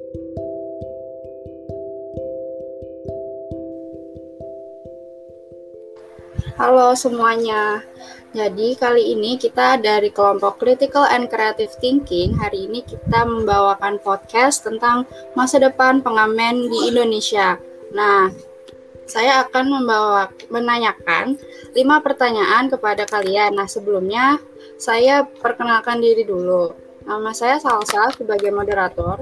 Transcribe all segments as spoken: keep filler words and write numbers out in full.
Halo semuanya. Jadi kali ini kita dari kelompok Critical and Creative Thinking. Hari ini kita membawakan podcast tentang masa depan pengamen di Indonesia. Nah, saya akan membawa menanyakan lima pertanyaan kepada kalian. Nah, sebelumnya saya perkenalkan diri dulu. Nama saya Salsa sebagai moderator.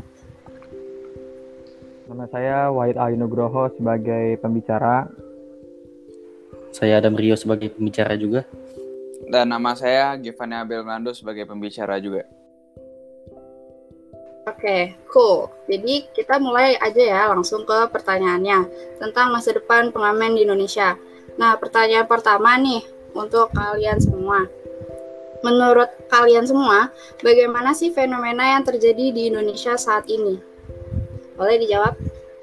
Nama saya Wahid Ali Nugroho sebagai pembicara. Saya Adam Rio sebagai pembicara juga. Dan nama saya Giovanni Abel Nando sebagai pembicara juga. Oke, cool. Jadi kita mulai aja ya langsung ke pertanyaannya tentang masa depan pengamen di Indonesia. Nah, pertanyaan pertama nih untuk kalian semua. Menurut kalian semua, bagaimana sih fenomena yang terjadi di Indonesia saat ini? Boleh dijawab?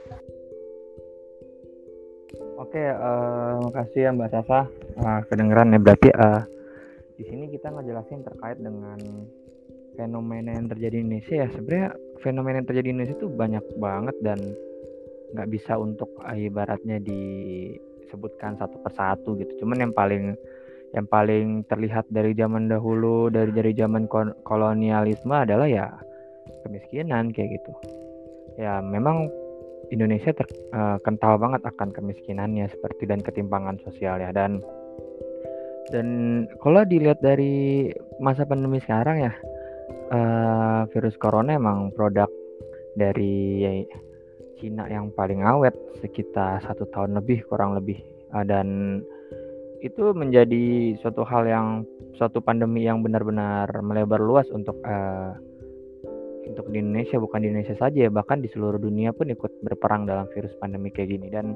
Oke, uh, makasih ya Mbak Sasa. Uh, kedengeran ya, berarti uh, di sini kita ngejelasin terkait dengan fenomena yang terjadi di Indonesia ya. Sebenarnya fenomena yang terjadi di Indonesia itu banyak banget dan nggak bisa untuk uh, ibaratnya disebutkan satu persatu gitu. Cuman yang paling yang paling terlihat dari zaman dahulu, dari dari zaman kolonialisme adalah ya kemiskinan kayak gitu. Ya memang Indonesia ter, uh, kental banget akan kemiskinannya seperti dan ketimpangan sosial ya, dan dan kalau dilihat dari masa pandemi sekarang ya, uh, virus corona emang produk dari Cina yang paling awet sekitar satu tahun lebih kurang lebih, uh, dan itu menjadi suatu hal yang suatu pandemi yang benar-benar melebar luas untuk uh, untuk di Indonesia, bukan di Indonesia saja, bahkan di seluruh dunia pun ikut berperang dalam virus pandemi kayak gini. Dan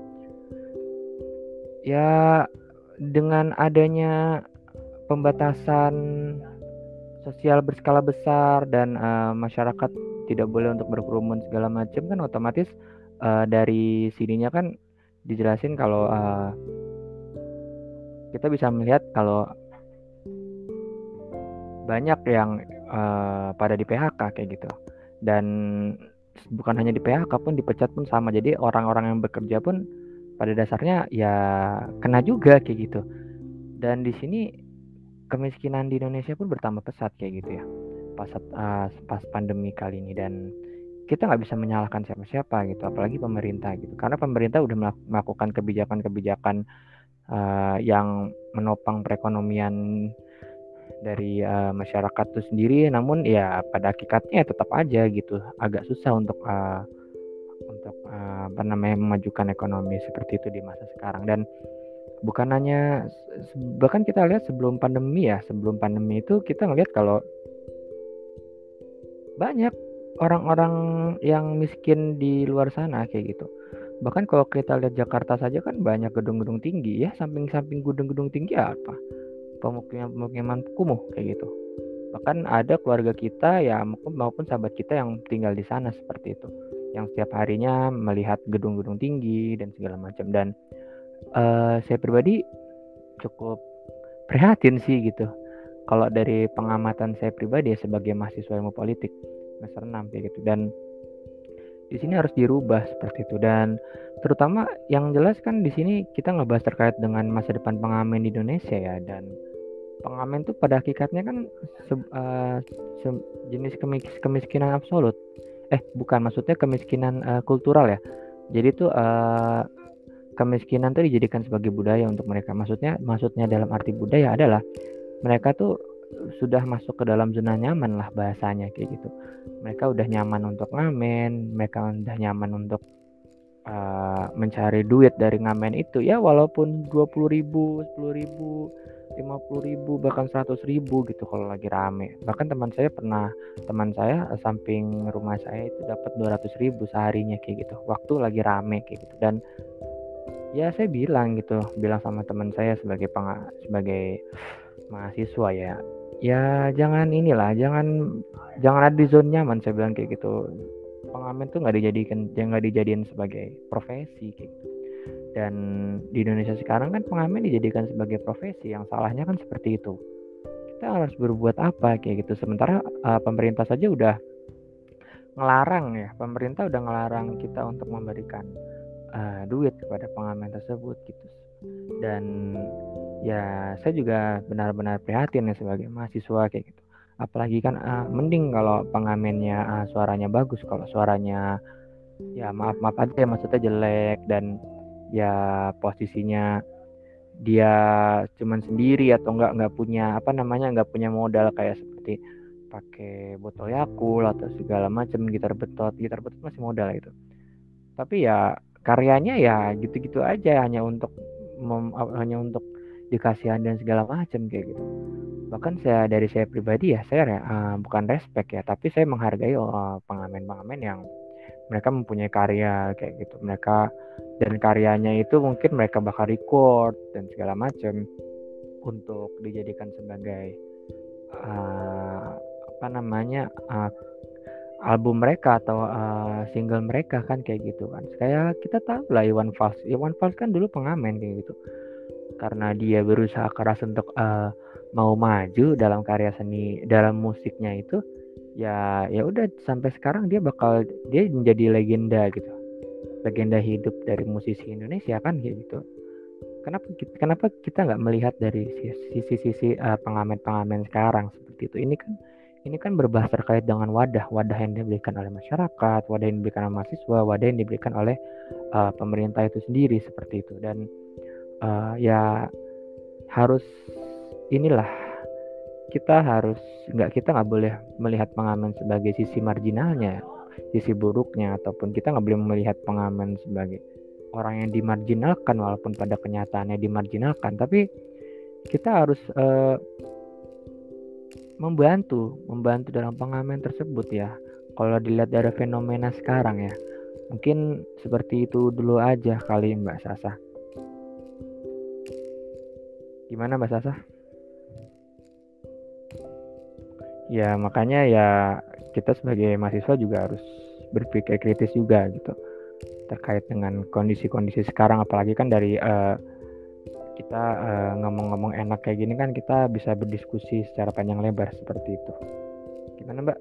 ya dengan adanya pembatasan sosial berskala besar dan uh, masyarakat tidak boleh untuk berkerumun segala macam, kan otomatis uh, dari sininya kan dijelasin kalau uh, kita bisa melihat kalau banyak yang uh, pada di P H K kayak gitu, dan bukan hanya di P H K pun dipecat pun sama. Jadi orang-orang yang bekerja pun pada dasarnya ya kena juga kayak gitu. Dan di sini kemiskinan di Indonesia pun bertambah pesat kayak gitu ya pas uh, pas pandemi kali ini, dan kita nggak bisa menyalahkan siapa-siapa gitu, apalagi pemerintah gitu, karena pemerintah udah melakukan kebijakan-kebijakan uh, yang menopang perekonomian dari uh, masyarakat itu sendiri, namun ya pada hakikatnya tetap aja gitu agak susah untuk uh, untuk uh, apa namanya memajukan ekonomi seperti itu di masa sekarang. Dan bukan hanya, bahkan kita lihat sebelum pandemi ya sebelum pandemi itu kita ngelihat kalau banyak orang-orang yang miskin di luar sana kayak gitu. Bahkan kalau kita lihat Jakarta saja kan banyak gedung-gedung tinggi ya, samping-samping gedung-gedung tinggi apa pemukiman-pemukiman kumuh kayak gitu. Bahkan ada keluarga kita ya maupun sahabat kita yang tinggal di sana seperti itu, yang setiap harinya melihat gedung-gedung tinggi dan segala macam. Dan uh, saya pribadi cukup prihatin sih gitu kalau dari pengamatan saya pribadi ya, sebagai mahasiswa ilmu politik semester enam kayak gitu. Dan di sini harus dirubah seperti itu, dan terutama yang jelas kan di sini kita ngebahas terkait dengan masa depan pengamen di Indonesia ya. Dan pengamen tuh pada hakikatnya kan se, uh, se, jenis kemis, kemiskinan absolut. Eh bukan, maksudnya kemiskinan uh, kultural ya. Jadi tuh uh, kemiskinan tuh dijadikan sebagai budaya untuk mereka. Maksudnya maksudnya dalam arti budaya adalah mereka tuh sudah masuk ke dalam zona nyaman lah bahasanya kayak gitu. Mereka udah nyaman untuk ngamen, mereka udah nyaman untuk uh, mencari duit dari ngamen itu ya, walaupun dua puluh ribu, sepuluh ribu, lima puluh ribu, bahkan seratus ribu gitu kalau lagi rame. Bahkan teman saya pernah, teman saya samping rumah saya itu dapat dua ratus ribu seharinya kayak gitu waktu lagi rame kayak gitu. Dan ya saya bilang gitu, bilang sama teman saya sebagai peng- sebagai mahasiswa ya, ya jangan inilah, jangan jangan ada di zona nyaman, saya bilang kayak gitu. Pengamen tuh nggak dijadikan, jangan nggak dijadiin sebagai profesi kayak gitu. Dan di Indonesia sekarang kan pengamen dijadikan sebagai profesi, yang salahnya kan seperti itu. Kita harus berbuat apa kayak gitu, sementara uh, pemerintah saja udah ngelarang ya, pemerintah udah ngelarang kita untuk memberikan uh, duit kepada pengamen tersebut gitu. Dan ya saya juga benar-benar prihatin ya sebagai mahasiswa kayak gitu. Apalagi kan uh, mending kalau pengamennya uh, suaranya bagus. Kalau suaranya ya maaf maaf aja maksudnya jelek dan ya posisinya dia cuman sendiri atau enggak nggak punya apa namanya nggak punya modal kayak seperti pakai botol Yakult atau segala macam, gitar betot gitar betot masih modal gitu. Tapi ya karyanya ya gitu-gitu aja, hanya untuk mem, hanya untuk dikasihan dan segala macam kayak gitu. Bahkan saya dari saya pribadi ya saya uh, bukan respect ya, tapi saya menghargai uh, pengamen-pengamen yang mereka mempunyai karya kayak gitu. Mereka dan karyanya itu mungkin mereka bakal record dan segala macam untuk dijadikan sebagai uh, apa namanya uh, album mereka atau uh, single mereka kan kayak gitu kan. Kayak kita tahu lah Iwan Fals. Iwan Fals kan dulu pengamen kayak gitu. Karena dia berusaha keras untuk uh, mau maju dalam karya seni, dalam musiknya itu, ya ya udah sampai sekarang dia bakal dia menjadi legenda gitu. Legenda hidup dari musisi Indonesia kan kayak gitu. Kenapa kenapa kita nggak melihat dari sisi-sisi uh, pengamen-pengamen sekarang seperti itu? Ini kan ini kan berbahas terkait dengan wadah, wadah yang diberikan oleh masyarakat, wadah yang diberikan oleh mahasiswa, wadah yang diberikan oleh uh, pemerintah itu sendiri seperti itu. Dan uh, ya harus inilah kita harus nggak kita nggak boleh melihat pengamen sebagai sisi marginalnya, sisi buruknya, ataupun kita nggak boleh melihat pengamen sebagai orang yang dimarginalkan walaupun pada kenyataannya dimarginalkan. Tapi kita harus uh, membantu membantu dalam pengamen tersebut ya. Kalau dilihat dari fenomena sekarang ya, mungkin seperti itu dulu aja kali Mbak Sasa. Gimana Mbak Sasa? Ya makanya ya kita sebagai mahasiswa juga harus berpikir kritis juga gitu terkait dengan kondisi-kondisi sekarang, apalagi kan dari uh, kita uh, ngomong-ngomong enak kayak gini kan kita bisa berdiskusi secara panjang lebar seperti itu. Gimana Mbak?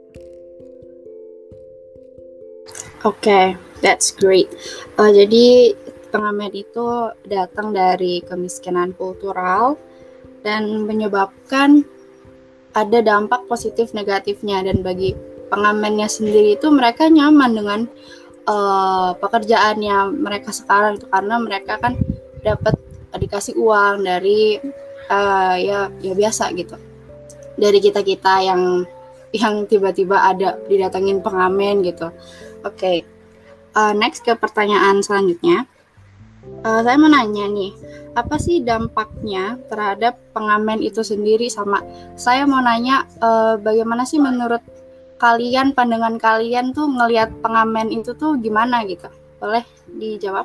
Oke, okay, that's great. Uh, jadi pengamen itu datang dari kemiskinan kultural dan menyebabkan ada dampak positif negatifnya, dan bagi pengamennya sendiri itu mereka nyaman dengan uh, pekerjaannya mereka sekarang itu karena mereka kan dapat dikasih uang dari uh, ya ya biasa gitu dari kita kita yang yang tiba-tiba ada didatengin pengamen gitu. Oke, okay. uh, next ke pertanyaan selanjutnya. Uh, saya mau nanya nih, apa sih dampaknya terhadap pengamen itu sendiri? Sama saya mau nanya, uh, bagaimana sih menurut kalian, pandangan kalian tuh ngelihat pengamen itu tuh gimana gitu? Boleh dijawab?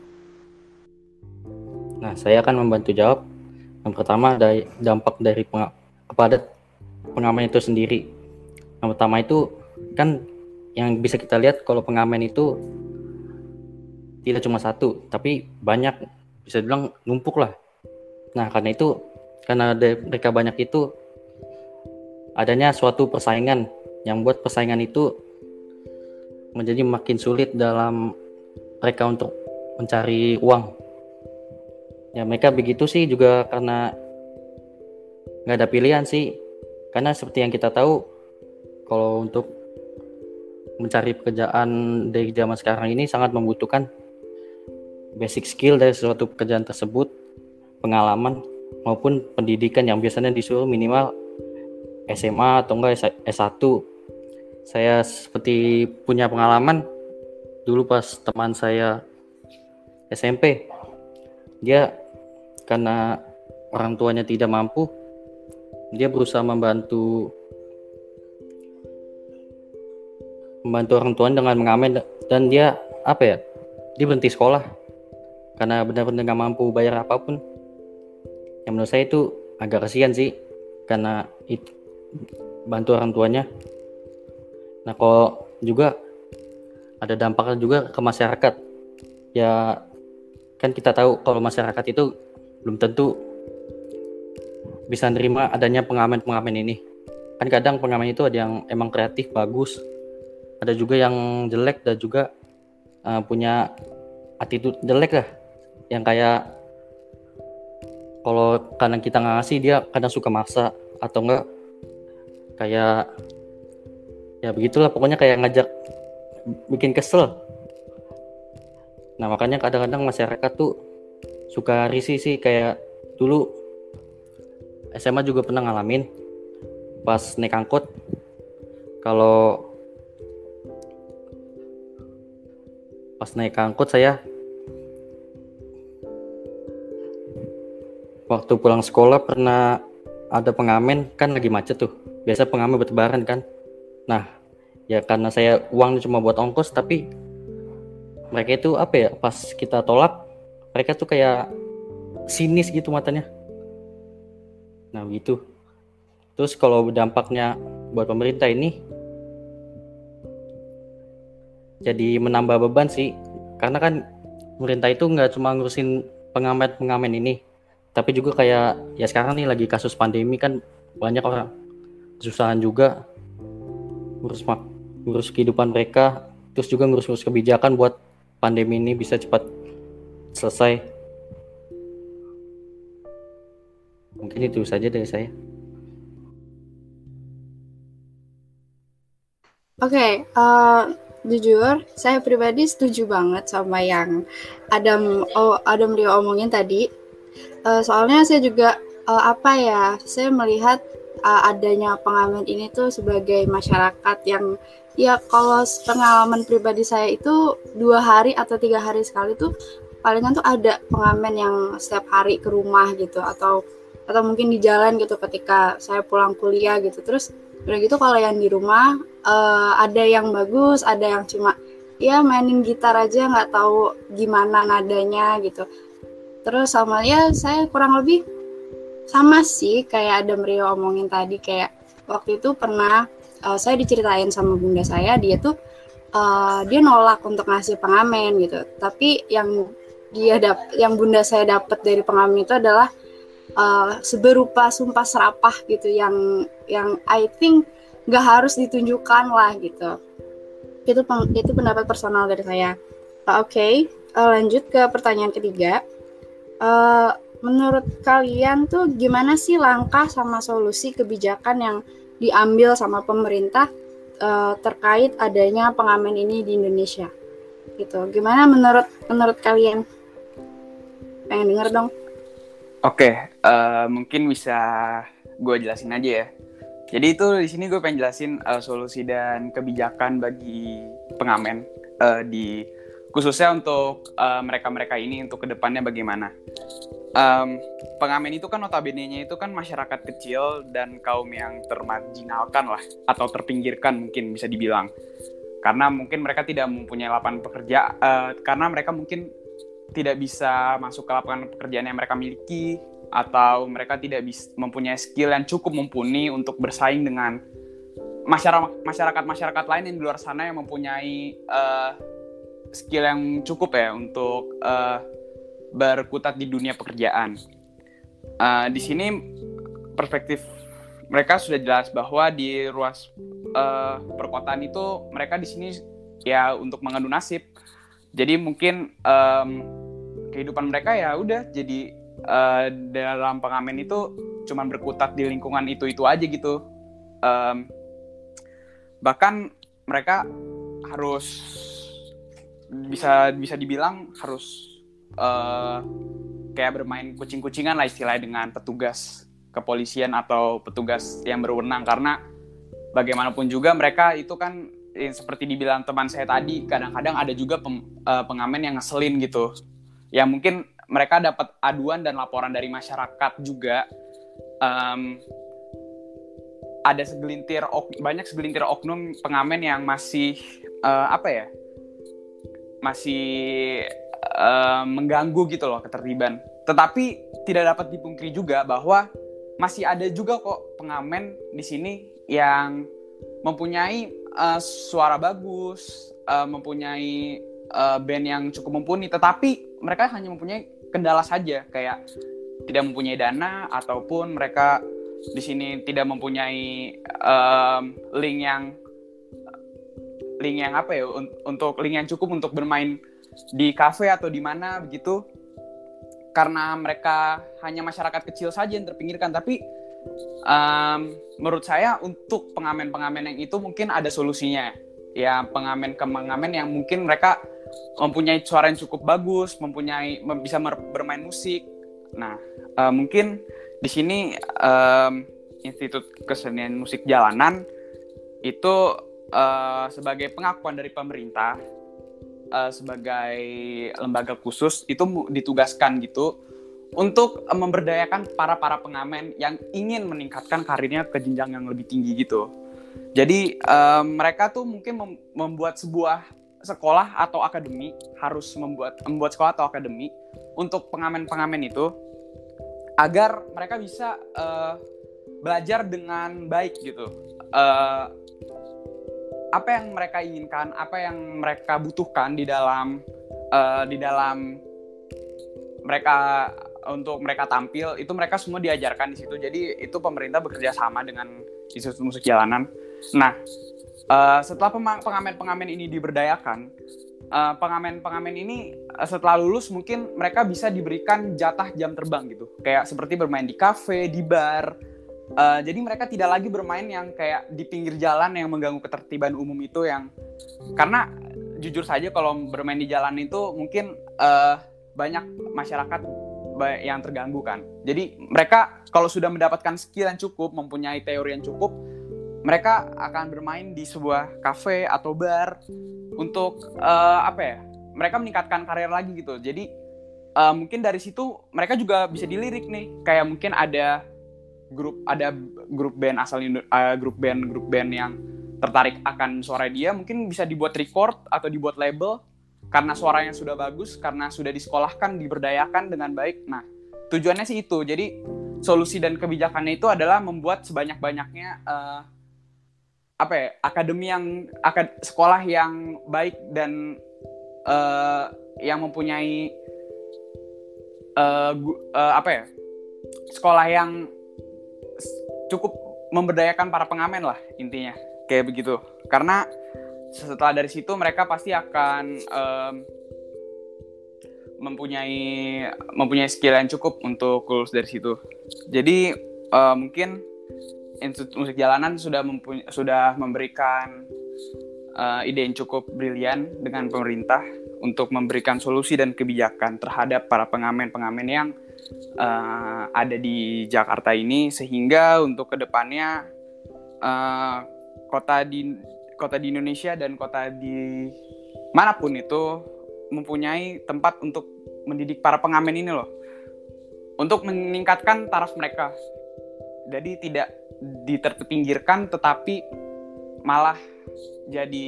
Nah, saya akan membantu jawab. Yang pertama ada dampak dari peng- kepada pengamen itu sendiri. Yang pertama itu kan yang bisa kita lihat kalau pengamen itu tidak cuma satu, tapi banyak, bisa bilang numpuk lah. Nah, karena itu, karena ada mereka banyak itu, adanya suatu persaingan yang buat persaingan itu menjadi makin sulit dalam mereka untuk mencari uang. Ya mereka begitu sih juga karena nggak ada pilihan sih. Karena seperti yang kita tahu, kalau untuk mencari pekerjaan dari zaman sekarang ini sangat membutuhkan basic skill dari suatu pekerjaan tersebut, pengalaman maupun pendidikan yang biasanya disuruh minimal S M A atau enggak S satu. Saya seperti punya pengalaman dulu pas teman saya S M P. Dia karena orang tuanya tidak mampu, dia berusaha membantu membantu orang tuanya dengan mengamen, dan dia apa ya? Dia berhenti sekolah karena benar-benar nggak mampu bayar apapun. Yang menurut saya itu agak kasihan sih, karena itu bantu orang tuanya. Nah, kalau juga ada dampaknya juga ke masyarakat. Ya kan kita tahu kalau masyarakat itu belum tentu bisa nerima adanya pengamen-pengamen ini. Kan kadang pengamen itu ada yang emang kreatif, bagus, ada juga yang jelek dan juga uh, punya attitude jelek lah, yang kayak kalau kadang kita nggak ngasih dia kadang suka maksa atau enggak kayak ya begitulah, pokoknya kayak ngajak bikin kesel. Nah makanya kadang-kadang masyarakat tuh suka risih sih, kayak dulu S M A juga pernah ngalamin pas naik angkot. Kalau pas naik angkot saya waktu pulang sekolah pernah ada pengamen, kan lagi macet tuh. Biasa pengamen bertebaran kan. Nah, ya karena saya uang cuma buat ongkos, tapi mereka itu apa ya, pas kita tolak, mereka tuh kayak sinis gitu matanya. Nah, gitu. Terus kalau dampaknya buat pemerintah ini jadi menambah beban sih. Karena kan pemerintah itu nggak cuma ngurusin pengamen-pengamen ini, tapi juga kayak ya sekarang nih lagi kasus pandemi kan, banyak orang kesusahan juga ngurus ngurus kehidupan mereka, terus juga ngurus-ngurus kebijakan buat pandemi ini bisa cepat selesai. Mungkin itu saja dari saya. Oke, okay, uh, jujur saya pribadi setuju banget sama yang Adam oh, Adam Rio omongin tadi. Uh, soalnya saya juga uh, apa ya, saya melihat uh, adanya pengamen ini tuh sebagai masyarakat yang ya, kalau pengalaman pribadi saya itu dua hari atau tiga hari sekali tuh palingan tuh ada pengamen yang setiap hari ke rumah gitu, atau atau mungkin di jalan gitu ketika saya pulang kuliah gitu. Terus udah gitu kalau yang di rumah uh, ada yang bagus, ada yang cuma ya mainin gitar aja nggak tahu gimana nadanya gitu. Terus sama ya saya kurang lebih sama sih kayak Adam Rio omongin tadi, kayak waktu itu pernah uh, saya diceritain sama bunda saya, dia tuh uh, dia nolak untuk ngasih pengamen gitu, tapi yang dia dap- yang bunda saya dapat dari pengamen itu adalah Uh, seberupa sumpah serapah gitu, yang yang I think nggak harus ditunjukkan lah gitu. Itu peng, itu pendapat personal dari saya. Uh, Oke, okay. uh, lanjut ke pertanyaan ketiga. Uh, menurut kalian tuh gimana sih langkah sama solusi kebijakan yang diambil sama pemerintah uh, terkait adanya pengamen ini di Indonesia? Gitu. Gimana menurut menurut kalian? Pengen denger dong. Oke, okay, uh, mungkin bisa gue jelasin aja ya. Jadi itu di sini gue pengen jelasin uh, solusi dan kebijakan bagi pengamen uh, di khususnya untuk uh, mereka-mereka ini untuk kedepannya bagaimana. Um, pengamen itu kan notabene-nya itu kan masyarakat kecil dan kaum yang termarginalkan lah, atau terpinggirkan mungkin bisa dibilang. Karena mungkin mereka tidak mempunyai lapangan pekerja, uh, karena mereka mungkin tidak bisa masuk ke lapangan pekerjaan yang mereka miliki, atau mereka tidak bisa mempunyai skill yang cukup mumpuni untuk bersaing dengan masyarakat masyarakat lain yang di luar sana yang mempunyai uh, skill yang cukup ya untuk uh, berkutat di dunia pekerjaan. Uh, di sini perspektif mereka sudah jelas bahwa di ruas uh, perkotaan itu mereka di sini ya untuk mengadu nasib. Jadi mungkin um, kehidupan mereka ya udah jadi uh, dalam pengamen itu cuman berkutat di lingkungan itu-itu aja gitu. Um, bahkan mereka harus bisa bisa dibilang harus uh, kayak bermain kucing-kucingan lah istilahnya dengan petugas kepolisian atau petugas yang berwenang, karena bagaimanapun juga mereka itu kan seperti dibilang teman saya tadi, kadang-kadang ada juga pem, uh, pengamen yang ngeselin gitu. Ya mungkin mereka dapat aduan dan laporan dari masyarakat juga. Um, ada segelintir ok, banyak segelintir oknum pengamen yang masih uh, apa ya? Masih uh, mengganggu gitu loh ketertiban. Tetapi tidak dapat dipungkiri juga bahwa masih ada juga kok pengamen di sini yang mempunyai Uh, suara bagus, uh, mempunyai uh, band yang cukup mumpuni, tetapi mereka hanya mempunyai kendala saja, kayak tidak mempunyai dana, ataupun mereka di sini tidak mempunyai um, link yang link yang apa ya un- untuk link yang cukup untuk bermain di kafe atau di mana begitu, karena mereka hanya masyarakat kecil saja yang terpinggirkan. Tapi um, menurut saya untuk pengamen-pengamen yang itu mungkin ada solusinya ya, pengamen-pengamen yang mungkin mereka mempunyai suara yang cukup bagus, mempunyai bisa bermain musik. Nah, uh, mungkin di sini um, Institut Kesenian Musik Jalanan itu uh, sebagai pengakuan dari pemerintah, uh, sebagai lembaga khusus itu ditugaskan gitu untuk uh, memberdayakan para para pengamen yang ingin meningkatkan karirnya ke jenjang yang lebih tinggi gitu. Jadi uh, mereka tuh mungkin mem- membuat sebuah sekolah atau akademi, harus membuat membuat sekolah atau akademi untuk pengamen-pengamen itu agar mereka bisa uh, belajar dengan baik gitu. Uh, apa yang mereka inginkan, apa yang mereka butuhkan di dalam uh, di dalam mereka untuk mereka tampil itu mereka semua diajarkan di situ. Jadi itu pemerintah bekerja sama dengan Institut Musik Jalanan. Nah, uh, setelah pengamen-pengamen ini diberdayakan, uh, pengamen-pengamen ini uh, setelah lulus mungkin mereka bisa diberikan jatah jam terbang gitu. Kayak seperti bermain di kafe, di bar. Uh, jadi mereka tidak lagi bermain yang kayak di pinggir jalan yang mengganggu ketertiban umum itu, yang karena jujur saja kalau bermain di jalan itu mungkin uh, banyak masyarakat yang terganggu kan. Jadi mereka kalau sudah mendapatkan skill yang cukup, mempunyai teori yang cukup, mereka akan bermain di sebuah kafe atau bar untuk uh, apa ya? Mereka meningkatkan karir lagi gitu. Jadi uh, mungkin dari situ mereka juga bisa dilirik nih. Kayak mungkin ada grup ada grup band asal uh, grup band grup band yang tertarik akan suara dia, mungkin bisa dibuat record atau dibuat label karena suaranya sudah bagus, karena sudah disekolahkan, diberdayakan dengan baik. Nah, tujuannya sih itu. Jadi solusi dan kebijakannya itu adalah membuat sebanyak-banyaknya uh, apa ya, akademi yang akad, sekolah yang baik dan uh, yang mempunyai uh, uh, apa ya, sekolah yang cukup memberdayakan para pengamen lah intinya, kayak begitu. Karena setelah dari situ mereka pasti akan um, mempunyai mempunyai skill yang cukup untuk lulus dari situ. Jadi uh, mungkin Institut Musik Jalanan sudah mempuny- sudah memberikan uh, ide yang cukup brilian dengan pemerintah untuk memberikan solusi dan kebijakan terhadap para pengamen-pengamen yang uh, ada di Jakarta ini, sehingga untuk kedepannya uh, kota di kota di Indonesia dan kota di manapun itu mempunyai tempat untuk mendidik para pengamen ini loh, untuk meningkatkan taraf mereka. Jadi tidak diterpinggirkan, tetapi malah jadi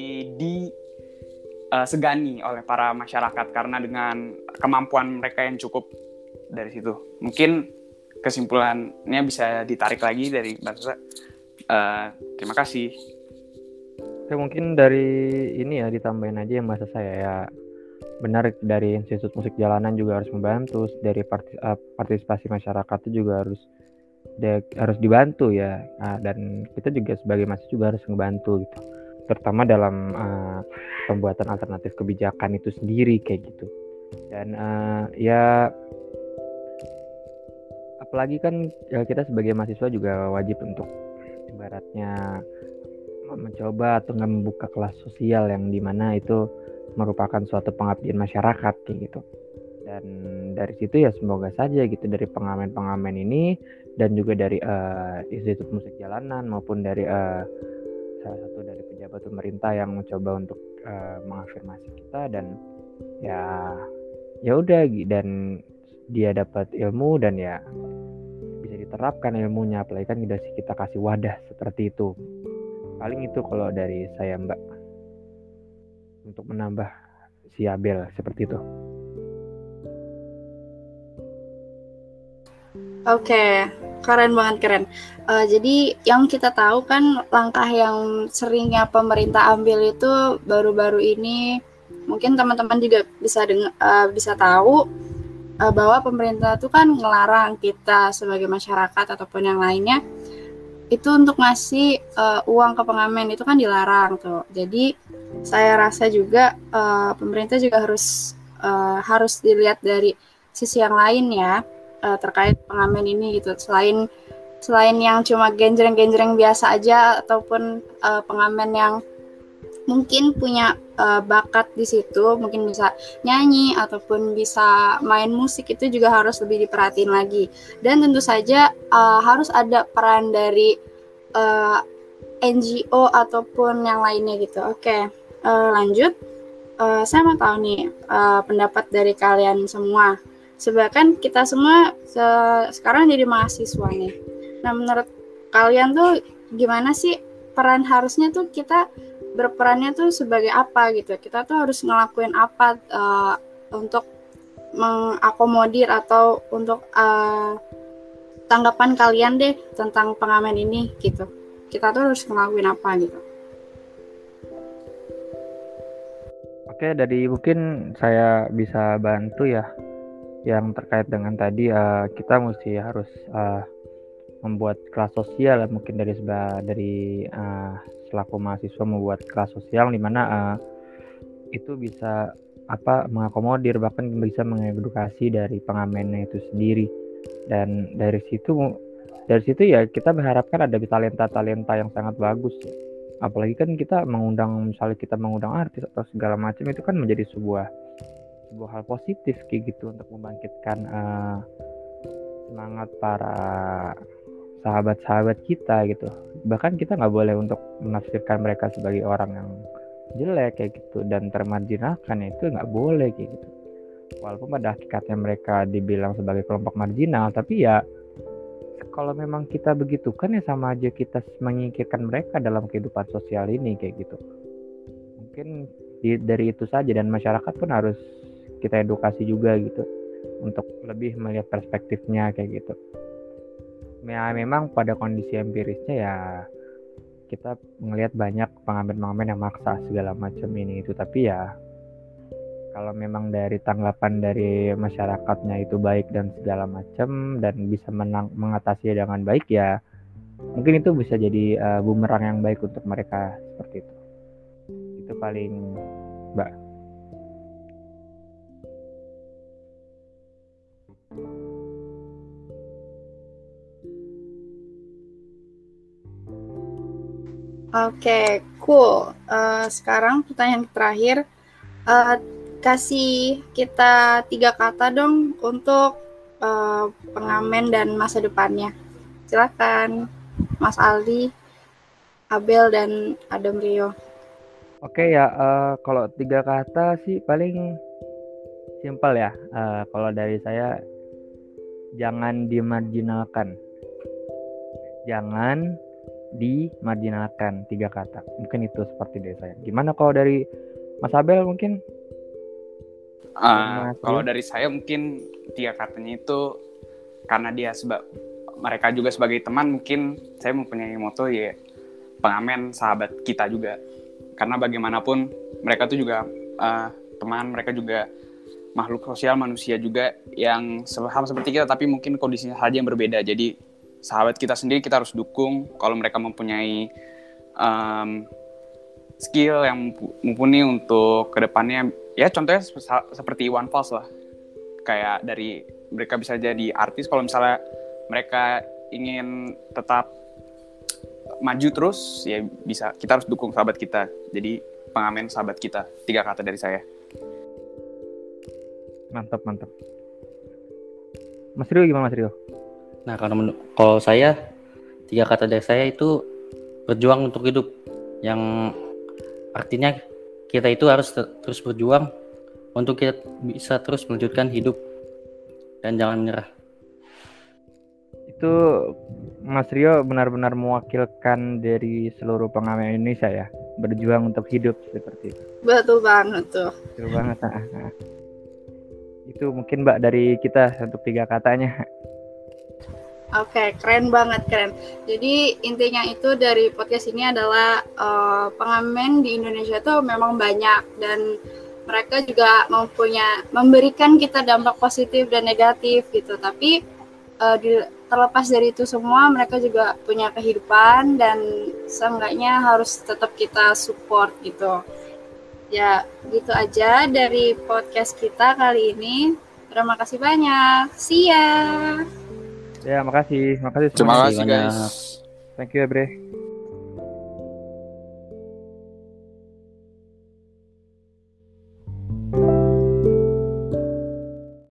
disegani uh, oleh para masyarakat karena dengan kemampuan mereka yang cukup dari situ. Mungkin kesimpulannya bisa ditarik lagi dari Mbak. Uh, terima kasih. Oke, mungkin dari ini ya ditambahin aja yang bahasa saya ya. Benar, dari Institut Musik Jalanan juga harus membantu, dari partisipasi masyarakat itu juga harus de, harus dibantu ya. Nah, dan kita juga sebagai mahasiswa juga harus membantu gitu, terutama dalam uh, pembuatan alternatif kebijakan itu sendiri kayak gitu. Dan uh, ya apalagi kan ya, kita sebagai mahasiswa juga wajib untuk ibaratnya mencoba atau nggak membuka kelas sosial yang dimana itu merupakan suatu pengabdian masyarakat kayak gitu. Dan dari situ ya semoga saja gitu dari pengamen-pengamen ini dan juga dari uh, Institut Musik Jalanan maupun dari uh, salah satu dari pejabat pemerintah yang mencoba untuk uh, mengafirmasi kita, dan ya ya udah dan dia dapat ilmu dan ya bisa diterapkan ilmunya, apalagi kan udah kita kasih wadah seperti itu. Paling itu kalau dari saya Mbak, untuk menambah si Abel seperti itu. Oke, keren banget, keren. Uh, jadi yang kita tahu kan langkah yang seringnya pemerintah ambil itu baru-baru ini, mungkin teman-teman juga bisa deng- uh, bisa tahu uh, bahwa pemerintah itu kan ngelarang kita sebagai masyarakat ataupun yang lainnya itu untuk ngasih uh, uang ke pengamen itu kan dilarang tuh. Jadi saya rasa juga uh, pemerintah juga harus uh, harus dilihat dari sisi yang lain ya uh, terkait pengamen ini gitu. Selain selain yang cuma genjreng-genjreng biasa aja ataupun uh, pengamen yang mungkin punya uh, bakat di situ, mungkin bisa nyanyi ataupun bisa main musik, itu juga harus lebih diperhatiin lagi. Dan tentu saja uh, harus ada peran dari uh, N G O ataupun yang lainnya gitu. Oke, uh, lanjut. Uh, saya mau tahu nih uh, pendapat dari kalian semua. Sebenarnya kita semua se- sekarang jadi mahasiswa nih. Nah, menurut kalian tuh gimana sih peran harusnya tuh kita berperannya tuh sebagai apa gitu? Kita tuh harus ngelakuin apa uh, untuk mengakomodir atau untuk uh, tanggapan kalian deh tentang pengamen ini gitu. Kita tuh harus ngelakuin apa gitu? Oke, dari mungkin saya bisa bantu ya yang terkait dengan tadi uh, kita mesti harus uh, membuat kelas sosial mungkin dari seba, dari uh, selaku mahasiswa membuat kelas sosial di mana uh, itu bisa apa mengakomodir bahkan bisa mengedukasi dari pengamennya itu sendiri. Dan dari situ dari situ ya kita mengharapkan ada talenta-talenta yang sangat bagus ya. Apalagi kan kita mengundang misalnya kita mengundang artis atau segala macam, itu kan menjadi sebuah sebuah hal positif kayak gitu untuk membangkitkan uh, semangat para sahabat-sahabat kita gitu. Bahkan kita nggak boleh untuk menafsirkan mereka sebagai orang yang jelek kayak gitu dan termarginalkan, itu nggak boleh kayak gitu. Walaupun pada hakikatnya mereka dibilang sebagai kelompok marginal, tapi ya kalau memang kita begitu kan ya sama aja kita menyingkirkan mereka dalam kehidupan sosial ini kayak gitu. Mungkin di, dari itu saja, dan masyarakat pun harus kita edukasi juga gitu untuk lebih melihat perspektifnya kayak gitu. Ya memang pada kondisi empirisnya ya kita melihat banyak pengamen-pengamen yang maksa segala macam ini itu, tapi ya kalau memang dari tanggapan dari masyarakatnya itu baik dan segala macam dan bisa menang, mengatasi dengan baik, ya mungkin itu bisa jadi uh, bumerang yang baik untuk mereka seperti itu. Itu paling Mbak. Oke, okay, cool. Uh, sekarang pertanyaan terakhir. Uh, kasih kita tiga kata dong untuk uh, pengamen dan masa depannya. Silakan Mas Aldi, Abel, dan Adam Rio. Oke ya, uh, kalau tiga kata sih paling simpel ya. Uh, kalau dari saya, jangan dimarginalkan. Jangan dimarginalkan, tiga kata. Mungkin itu seperti dari saya. Gimana kalau dari Mas Abel mungkin? Uh, kalau dari saya mungkin tiga katanya itu karena dia seba- mereka juga sebagai teman, mungkin saya mempunyai moto ya pengamen sahabat kita juga, karena bagaimanapun mereka tuh juga uh, teman, mereka juga makhluk sosial, manusia juga yang sama seperti kita tapi mungkin kondisinya saja yang berbeda. Jadi sahabat kita sendiri kita harus dukung kalau mereka mempunyai um, skill yang mumpuni untuk kedepannya. Ya contohnya seperti Iwan Fals lah, kayak dari mereka bisa jadi artis kalau misalnya mereka ingin tetap maju terus, ya bisa, kita harus dukung sahabat kita. Jadi pengamen sahabat kita, tiga kata dari saya. Mantap mantap. Mas Rio gimana Mas Rio? Nah kalau menurut kalau saya, tiga kata dari saya itu berjuang untuk hidup, yang artinya kita itu harus ter- terus berjuang untuk kita bisa terus melanjutkan hidup dan jangan menyerah. Itu Mas Rio benar-benar mewakilkan dari seluruh pengamen Indonesia ya, berjuang untuk hidup seperti itu. Betul banget tuh. Betul banget. Nah, nah. Itu mungkin Mbak dari kita untuk tiga katanya. Oke, okay, keren banget, keren. Jadi intinya itu dari podcast ini adalah uh, pengamen di Indonesia tuh memang banyak dan mereka juga mempunyai memberikan kita dampak positif dan negatif gitu. Tapi uh, di, terlepas dari itu semua, mereka juga punya kehidupan dan seenggaknya harus tetap kita support gitu. Ya, gitu aja dari podcast kita kali ini. Terima kasih banyak. See ya. Ya, makasih. Makasih Terima semuanya. kasih banyak. guys. Thank you ya, Bre.